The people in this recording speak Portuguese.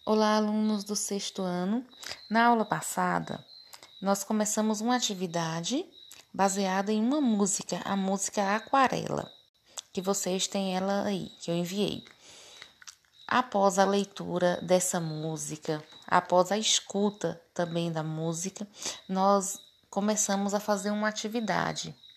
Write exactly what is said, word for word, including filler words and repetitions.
Olá, alunos do sexto ano. Na aula passada, nós começamos uma atividade baseada em uma música, a música Aquarela, que vocês têm ela aí, que eu enviei. Após a leitura dessa música, após a escuta também da música, nós começamos a fazer uma atividade.